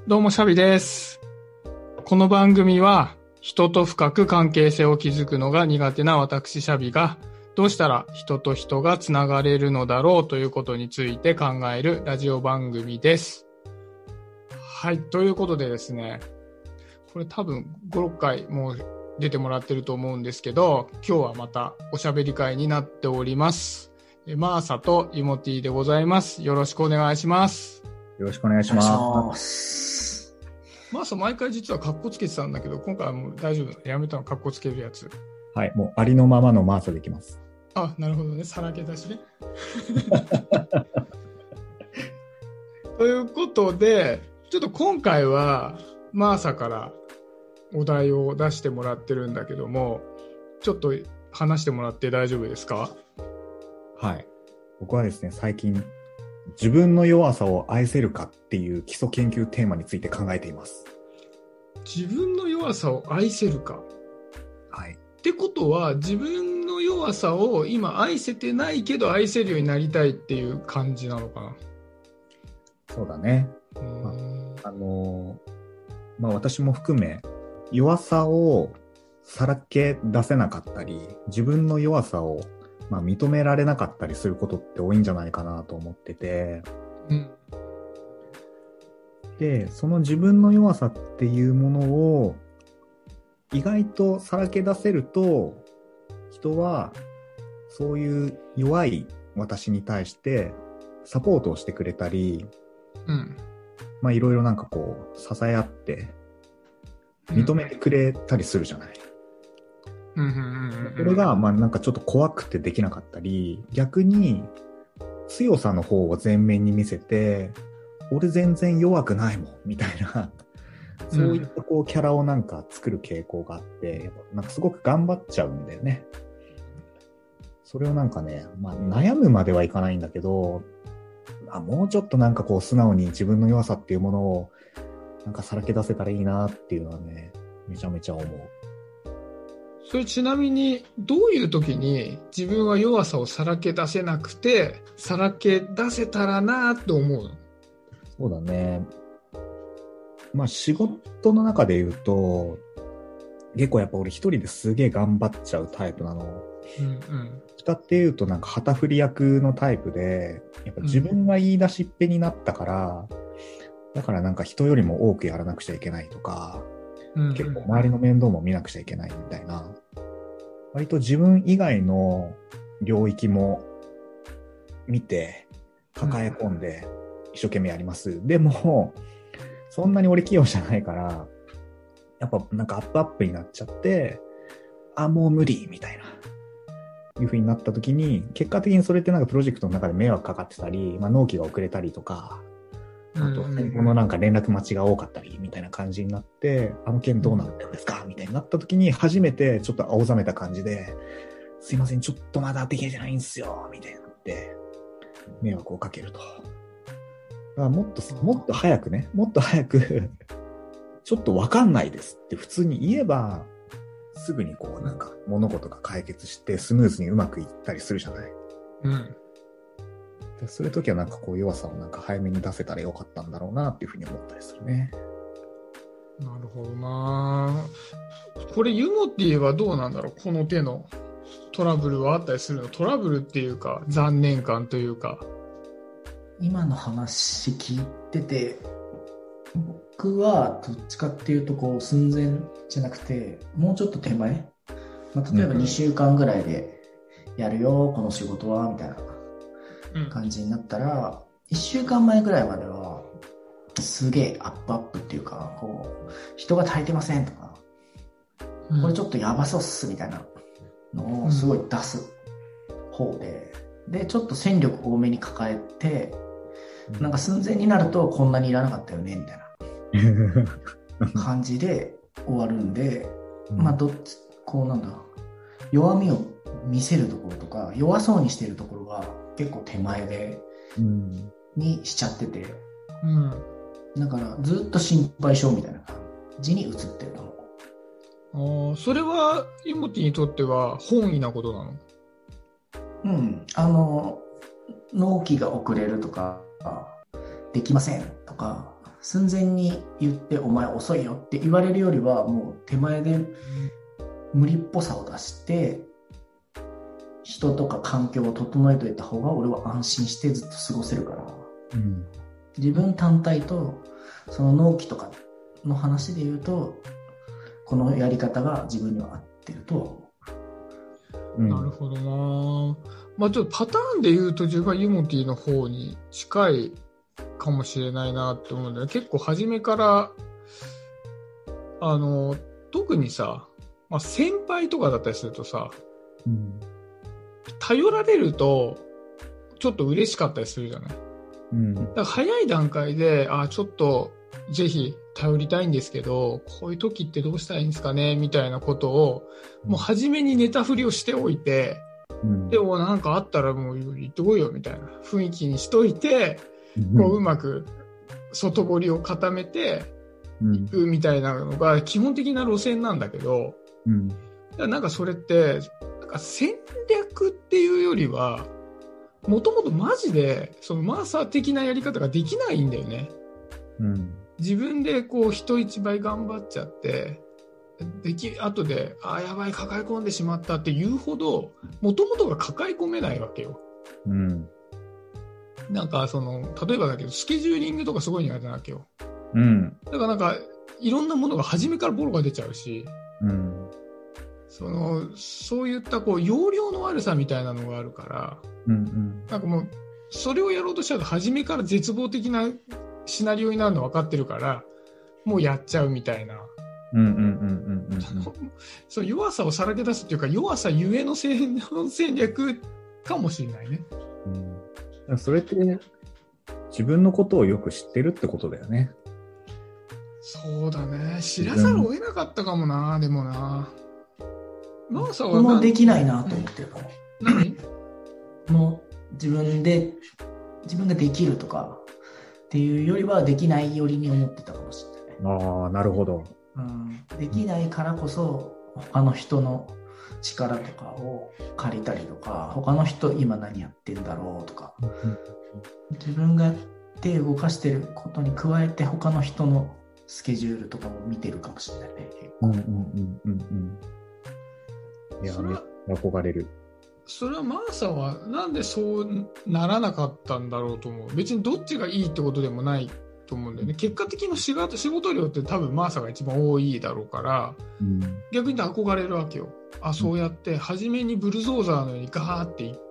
どうもシャビです。この番組は人と深く関係性を築くのが苦手な私シャビがどうしたら人と人がつながれるのだろうということについて考えるラジオ番組です。はい、ということでですね、これ多分5、6回もう出てもらってると思うんですけど、今日はまたおしゃべり会になっております。マーサとイモティでございます。よろしくお願いします。 よろしくお願いします。 マーサ毎回実はカッコつけてたんだけど、今回はもう大丈夫。やめたの、カッコつけるやつ。 はい、もうありのままのマーサできます。 あ、なるほどね。さらけ出しね。ということで、ちょっと今回はマーサからお題を出してもらってるんだけども、ちょっと話してもらって大丈夫ですか？ はい。僕はですね、最近、自分の弱さを愛せるかっていう基礎研究テーマについて考えています。 自分の弱さを愛せるか。 はい。 ってことは、自分の弱さを今愛せてないけど愛せるようになりたいっていう感じなのかな。 そうだね。私も含め、弱さをさらけ出せなかったり、自分の弱さを認められなかったりすることって多いんじゃないかなと思ってて、で、その自分の弱さっていうものを意外とさらけ出せると、人はそういう弱い私に対してサポートをしてくれたり、いろいろ支え合って認めてくれたりするじゃない。それがちょっと怖くてできなかったり、逆に強さの方を前面に見せて、俺全然弱くないもんみたいな、そういったキャラを作る傾向があって、すごく頑張っちゃうんだよね。それを悩むまではいかないんだけど、もうちょっと素直に自分の弱さっていうものをさらけ出せたらいいなっていうのはね、めちゃめちゃ思う。 それちなみにどういう時に自分は弱さをさらけ出せなくてさらけ出せたらなと思うの？ そうだね。仕事の中で言うと結構やっぱ俺一人ですげえ頑張っちゃうタイプなの。使って言うと旗振り役のタイプで、やっぱ自分が言い出しっぺになったから、だから人よりも多くやらなくちゃいけないとか、結構周りの面倒も見なくちゃいけないみたいな、割と自分以外の領域も見て抱え込んで一生懸命やります。でもそんなに俺器用じゃないから、やっぱアップになっちゃって、もう無理みたいないう風になった時に、結果的にそれってプロジェクトの中で迷惑かかってたり、納期が遅れたりとか、あと先方の連絡待ちが多かったりみたいな感じになって、件どうなってるんですかみたいになった時に初めてちょっと青ざめた感じで、すいませんちょっとまだできてないんですよみたいになって迷惑をかけると。だからもっと早くちょっとわかんないですって普通に言えば、すぐに物事が解決してスムーズにうまくいったりするじゃない。でそういう時は弱さを早めに出せたらよかったんだろうなっていうふうに思ったりするね。 なるほどな。これユモティはどうなんだろう、この手のトラブルはあったりするの？トラブルっていうか残念感というか。 今の話聞いてて、僕はどっちかっていうと寸前じゃなくてもうちょっと手前、例えば2週間ぐらいでやるよ、この仕事はみたいな感じになったら、1週間前ぐらいまではすげえアップっていうか、人が足りてませんとか、これちょっとやばそうっすみたいなのをすごい出す方で、ちょっと戦力多めに抱えて、寸前になるとこんなにいらなかったよねみたいな感じで終わるんで、どっち弱みを見せるところとか弱そうにしてるところが結構手前で、にしちゃってて、だからずっと心配性みたいな感じに映ってると思う。 それはユモティにとっては本意なことなの？納期が遅れるとかできませんとか、 寸前に言ってお前遅いよって言われるよりはもう手前で無理っぽさを出して人とか環境を整えといた方が俺は安心してずっと過ごせるから、うん、自分単体とその納期とかの話で言うとこのやり方が自分には合ってると思う、なるほどな。まあちょっとパターンで言うと自分はユモティの方に近いかもしれないなって思うんだよね。結構初めから特にさ、まあ、先輩とかだったりするとさ、うん、頼られるとちょっと嬉しかったりするじゃない、うん、だから早い段階でちょっとぜひ頼りたいんですけどこういう時ってどうしたらいいんですかねみたいなことをもう初めにネタ振りをしておいて、うん、でもなんかあったらもう言ってこいよみたいな雰囲気にしといて、こううまく外堀を固めていくみたいなのが基本的な路線なんだけど、うん、なんかそれってなんか戦略っていうよりはもともとマジでそのマーサー的なやり方ができないんだよね、うん、自分でこう人一倍頑張っちゃって後でやばい抱え込んでしまったって言うほどもともとが抱え込めないわけよ、うん、なんか例えばだけどスケジューリングとかすごい苦手なわけよ、うん、だからなんかいろんなものが初めからボロが出ちゃうし、うん、そういったこう容量の悪さみたいなのがあるから、うんうん、なんかもうそれをやろうとしちゃうと初めから絶望的なシナリオになるの分かってるからもうやっちゃうみたいな、その弱さをさらけ出すっていうか弱さゆえの戦略かもしれないね、 うん、それって自分のことをよく知ってるってことだよね。 そうだね。知らざるを得なかったかもな、でもな。マーサはもうできないなと思ってるから。何？もう自分ができるとかっていうよりはできないよりに思ってたかもしれない。 ああ、なるほど、 うん。できないからこそ他の人の力とかを借りたりとか、他の人今何やってんだろうとか、自分が手を動かしてることに加えて他の人のスケジュールとかも見てるかもしれないね。 いや、めっちゃ憧れる。 それはマーサはなんでそうならなかったんだろうと思う。別にどっちがいいってことでもないと思うんだよね。結果的に仕事量って多分マーサが一番多いだろうから、うん、逆に憧れるわけよ。そうやって初めにブルゾーザーのようにガーっていって、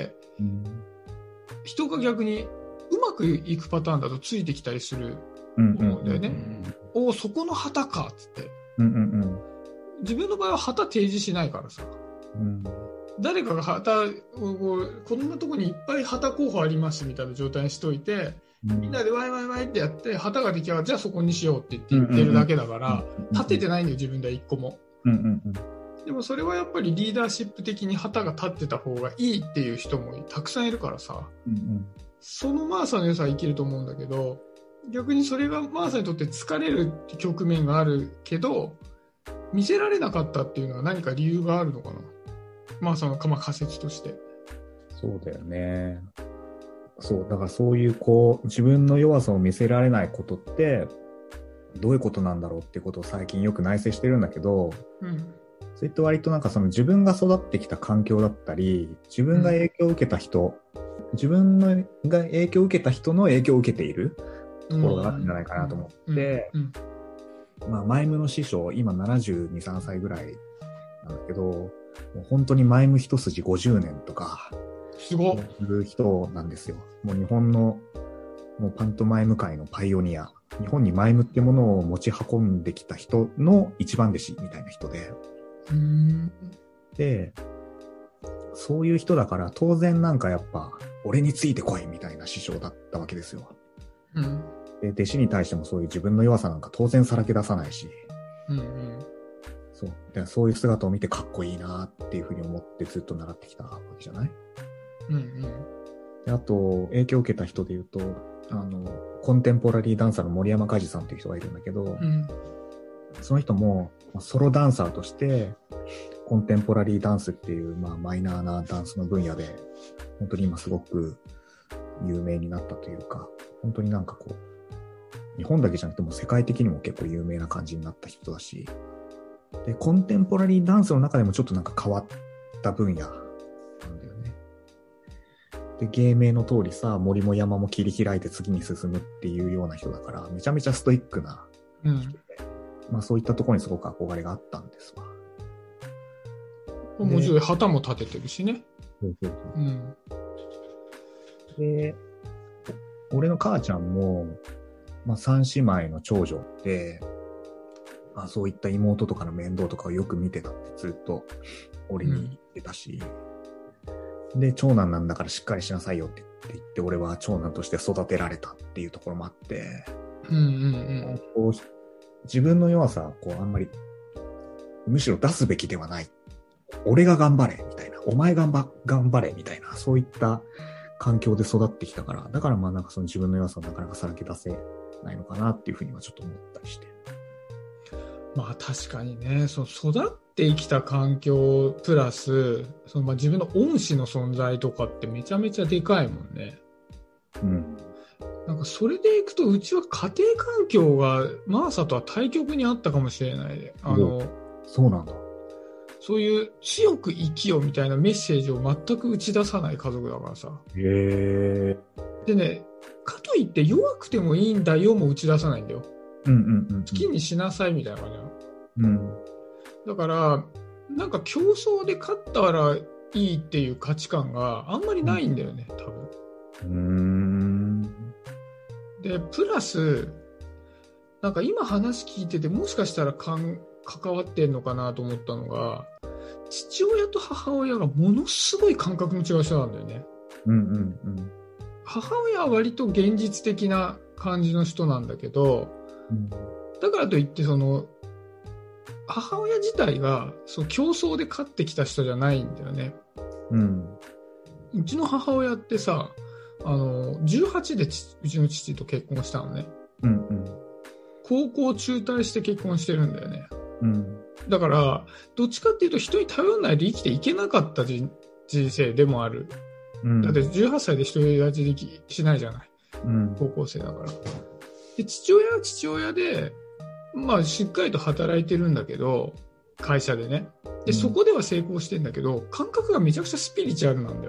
うん、人が逆にうまくいくパターンだとついてきたりすると思うんだよね。そこの旗かっつって、自分の場合は旗提示しないからさ、うん、誰かが旗をこんなとこにいっぱい旗候補ありますみたいな状態にしといて、みんなでワイワイワイってやって旗が出来上がる、じゃあそこにしようって言ってるだけだから、立ててないんだよ自分では一個も、でもそれはやっぱりリーダーシップ的に旗が立ってた方がいいっていう人もたくさんいるからさ、そのマーサの良さは生きると思うんだけど、逆にそれがマーサにとって疲れる局面があるけど見せられなかったっていうのは何か理由があるのかな。マーサの仮説として。 そうだよね。そうだからそういう自分の弱さを見せられないことってどういうことなんだろうっていうことを最近よく内省してるんだけど、それって割となんか自分が育ってきた環境だったり自分が影響を受けた人、自分が影響を受けた人の影響を受けているところがあるんじゃないかなと思って、まあ、マイムの師匠、今72、3歳ぐらいなんだけど、もう本当にマイム一筋50年とか、 すごいいう人なんですよ。もう日本のもうパントマイム界のパイオニア、日本にマイムってものを持ち運んできた人の一番弟子みたいな人で、で、そういう人だから当然なんかやっぱ俺についてこいみたいな師匠だったわけですよ。で弟子に対してもそういう自分の弱さなんか当然さらけ出さないし、そういう姿を見てかっこいいなっていうふうに思ってずっと習ってきたわけじゃない、であと影響を受けた人で言うとコンテンポラリーダンサーの森山梶さんっていう人がいるんだけど、その人もソロダンサーとしてコンテンポラリーダンスっていう、マイナーなダンスの分野で本当に今すごく有名になったというか、本当になんか日本だけじゃなくても世界的にも結構有名な感じになった人だし、で、コンテンポラリーダンスの中でもちょっとなんか変わった分野なんだよね。で、芸名の通りさ、森も山も切り開いて次に進むっていうような人だから、めちゃめちゃストイックな人で、まあそういったところにすごく憧れがあったんですわ。 もちろん旗も立ててるしね。 そうそうそう。で、俺の母ちゃんも、まあ三姉妹の長女で、まあそういった妹とかの面倒とかをよく見てたってずっと俺に言ってたし、で、長男なんだからしっかりしなさいよって言って、俺は長男として育てられたっていうところもあって、こう自分の弱さをあんまり、むしろ出すべきではない。俺が頑張れみたいな、お前頑張れみたいな、そういった環境で育ってきたから、だからまあなんかその自分の弱さをなかなかさらけ出せないのかなっていうふうにはちょっと思ったりして。 まあ確かにね、その育ってきた環境プラス、そのまあ自分の恩師の存在とかってめちゃめちゃでかいもんね。 うん。 なんかそれでいくと、うちは家庭環境がマーサとは対極にあったかもしれないで。 そうなんだ。 そういう強く生きよみたいなメッセージを全く打ち出さない家族だからさ。 へでね、かといって弱くてもいいんだよも打ち出さないんだよ。好きにしなさいみたいな感じなの。 うん。 だから、なんか競争で勝ったらいいっていう価値観があんまりないんだよね、多分。で、プラス、なんか今話聞いててもしかしたら関わってんのかなと思ったのが、父親と母親がものすごい感覚の違う人なんだよね。母親は割と現実的な感じの人なんだけど、だからといってその母親自体がそう競争で勝ってきた人じゃないんだよね。うちの母親ってさ、18でうちの父と結婚したのね。高校中退して結婚してるんだよね。だからどっちかっていうと人に頼らないで生きていけなかった人生でもある。だって18歳で独り立ちできしないじゃない、高校生だから。で、父親は父親で、まあしっかりと働いてるんだけど、会社でね。で、そこでは成功してんだけど、感覚がめちゃくちゃスピリチュアルなんだよ。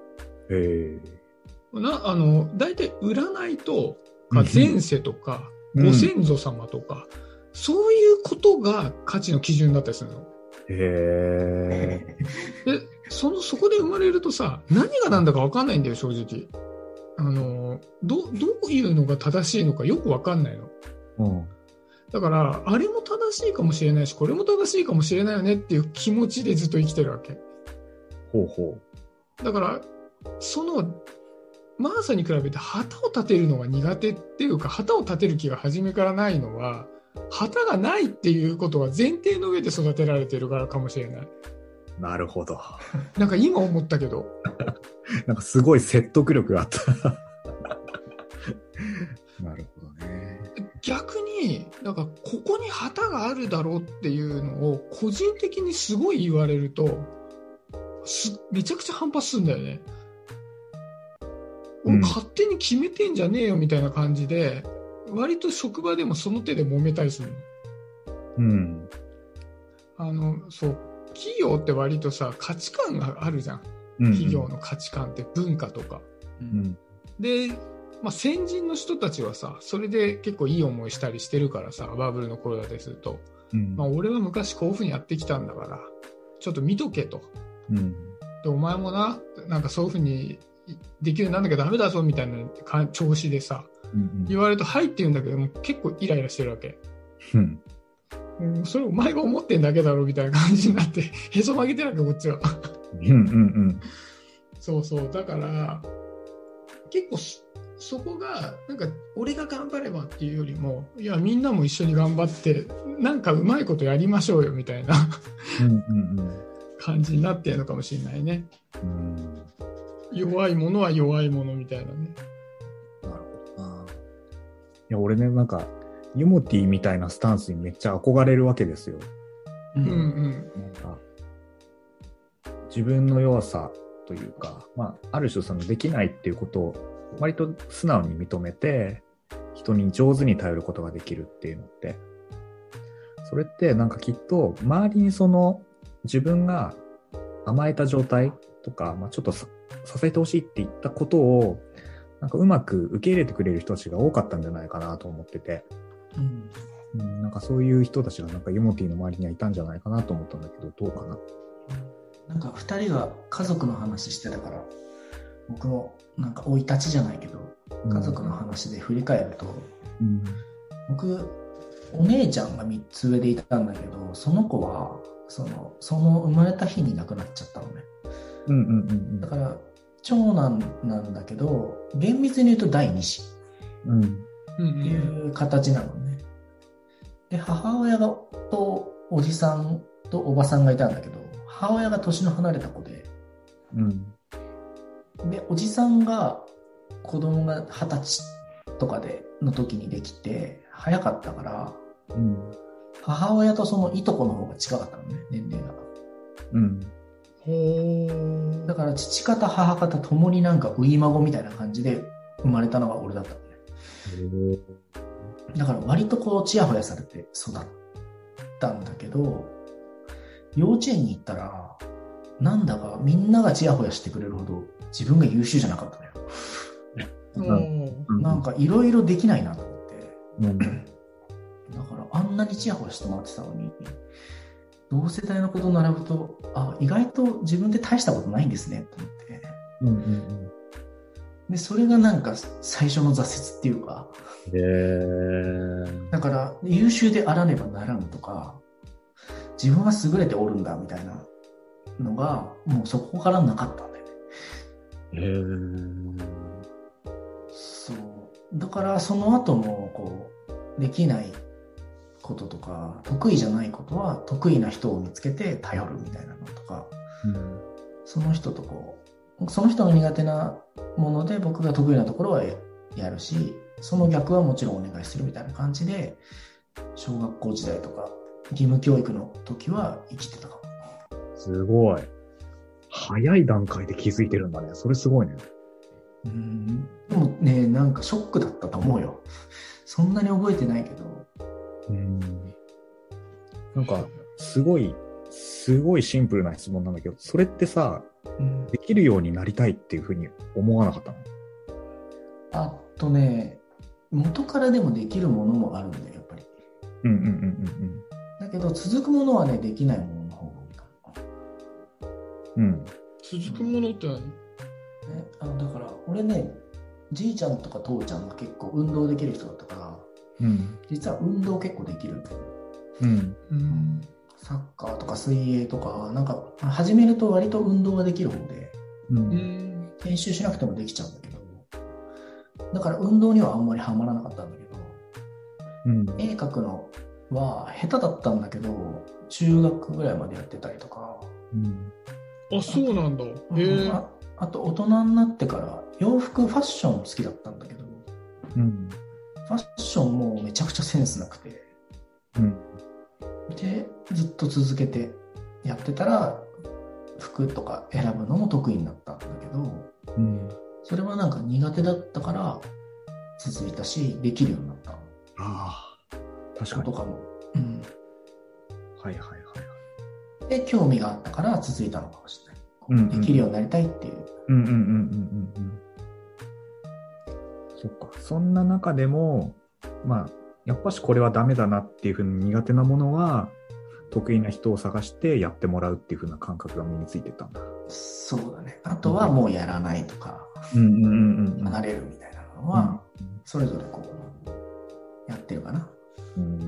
大体占いとか前世とか、ご先祖様とか、そういうことが価値の基準だったりするの。で、そこで生まれるとさ、何が何だか分かんないんだよ、正直。どういうのが正しいのかよく分かんないの。だから、あれも正しいかもしれないし、これも正しいかもしれないよねっていう気持ちでずっと生きてるわけ。だから、マーサに比べて旗を立てるのが苦手っていうか、旗を立てる気が初めからないのは、旗がないっていうことは前提の上で育てられてるからかもしれない。 なるほど。 なんか今思ったけど。 なんかすごい説得力があった。なるほどね。 逆に、なんかここに旗があるだろうっていうのを個人的にすごい言われると、めちゃくちゃ反発するんだよね。勝手に決めてんじゃねえよみたいな感じで、割と職場でもその手で揉めたりするの。そう、企業って割とさ、価値観があるじゃん。企業の価値観って文化とか。で、まあ、先人の人たちはさ、それで結構いい思いしたりしてるからさ、バブルの頃だったりすると。まあ、俺は昔こういう風にやってきたんだから、ちょっと見とけと。で、お前もなんかそういう風にできるようになんなきゃダメだぞみたいな調子でさ、言われるとはいって言うんだけども結構イライラしてるわけ。それお前が思ってんだけだろみたいな感じになってへそ曲げてるわけこっちは。そうそう、だから結構そこがなんか俺が頑張ればっていうよりも、いやみんなも一緒に頑張ってなんかうまいことやりましょうよみたいな感じになってるのかもしれないね。弱いものは弱いものみたいなね。 なるほどな。いや俺ね、なんかユモティみたいなスタンスにめっちゃ憧れるわけですよ。なんか自分の弱さというか、まあ、ある種そのできないっていうことを割と素直に認めて、 人に上手に頼ることができるっていうのって、それってなんかきっと周りに自分が甘えた状態とか、ちょっと支えてほしいって言ったことをなんかうまく受け入れてくれる人たちが多かったんじゃないかなと思ってて、なんかそういう人たちがなんかユモティの周りにはいたんじゃないかなと思ったんだけど、どうかな。 なんか2人が家族の話してたから、僕もなんか生い立ちじゃないけど、家族の話で振り返ると、僕お姉ちゃんが3つ上でいたんだけど、その子はその生まれた日に亡くなっちゃったのね。だから長男なんだけど、厳密に言うと第2子っていう形なのね。で、母親とおじさんとおばさんがいたんだけど、母親が年の離れた子で、で、おじさんが子供が20歳とかの時にできて、早かったから、母親とそのいとこの方が近かったのね、年齢が。だから父方母方ともになんか初孫みたいな感じで生まれたのが俺だったのね。だから割とこうチヤホヤされて育ったんだけど、幼稚園に行ったらなんだかみんながチヤホヤしてくれるほど自分が優秀じゃなかったのよ。なんかいろいろできないなと思って、だからあんなにチヤホヤしてもらってたのに、同世代の子と並ぶと、意外と自分で大したことないんですねと思って、でそれがなんか最初の挫折っていうか、だから優秀であらねばならぬとか、自分は優れておるんだみたいなのがもうそこからなかったんだよね。そうだからその後もこうできないこととか得意じゃないことは得意な人を見つけて頼るみたいなのとか、その人とその人の苦手なもので僕が得意なところはやるし、その逆はもちろんお願いするみたいな感じで、小学校時代とか義務教育の時は生きてたかも。 すごい。早い段階で気づいてるんだね。それすごいね。 でもね、なんかショックだったと思うよ。そんなに覚えてないけど。 なんかすごいシンプルな質問なんだけど、それってさ、できるようになりたいっていうふうに思わなかったの？ 元からでもできるものもあるんだよ、やっぱり。だけど続くものはね、できないものの方が多いかも。続くものって何？ だから俺ね、じいちゃんとか父ちゃんが結構運動できる人だったから、実は運動結構できるんだよ。サッカーとか水泳とか、なんか始めると割と運動ができる方で、練習しなくてもできちゃうんだけど、だから運動にはあんまりハマらなかったんだけど、絵描くのは下手だったんだけど、中学ぐらいまでやってたりとか。 そうなんだ。 あと大人になってから洋服ファッション好きだったんだけど、ファッションもめちゃくちゃセンスなくて、でずっと続けてやってたら服とか選ぶのも得意になったんだけど、それはなんか苦手だったから続いたし、できるようになった。 確かに。 とかも。で興味があったから続いたのかもしれない。できるようになりたいっていう。 そっか。そんな中でも、やっぱしこれはダメだなっていうふうに苦手なものは得意な人を探してやってもらうっていうふうな感覚が身についてたんだ。 そうだね。あとはもうやらないとか、離れるみたいなのは、それぞれこうやってるかな。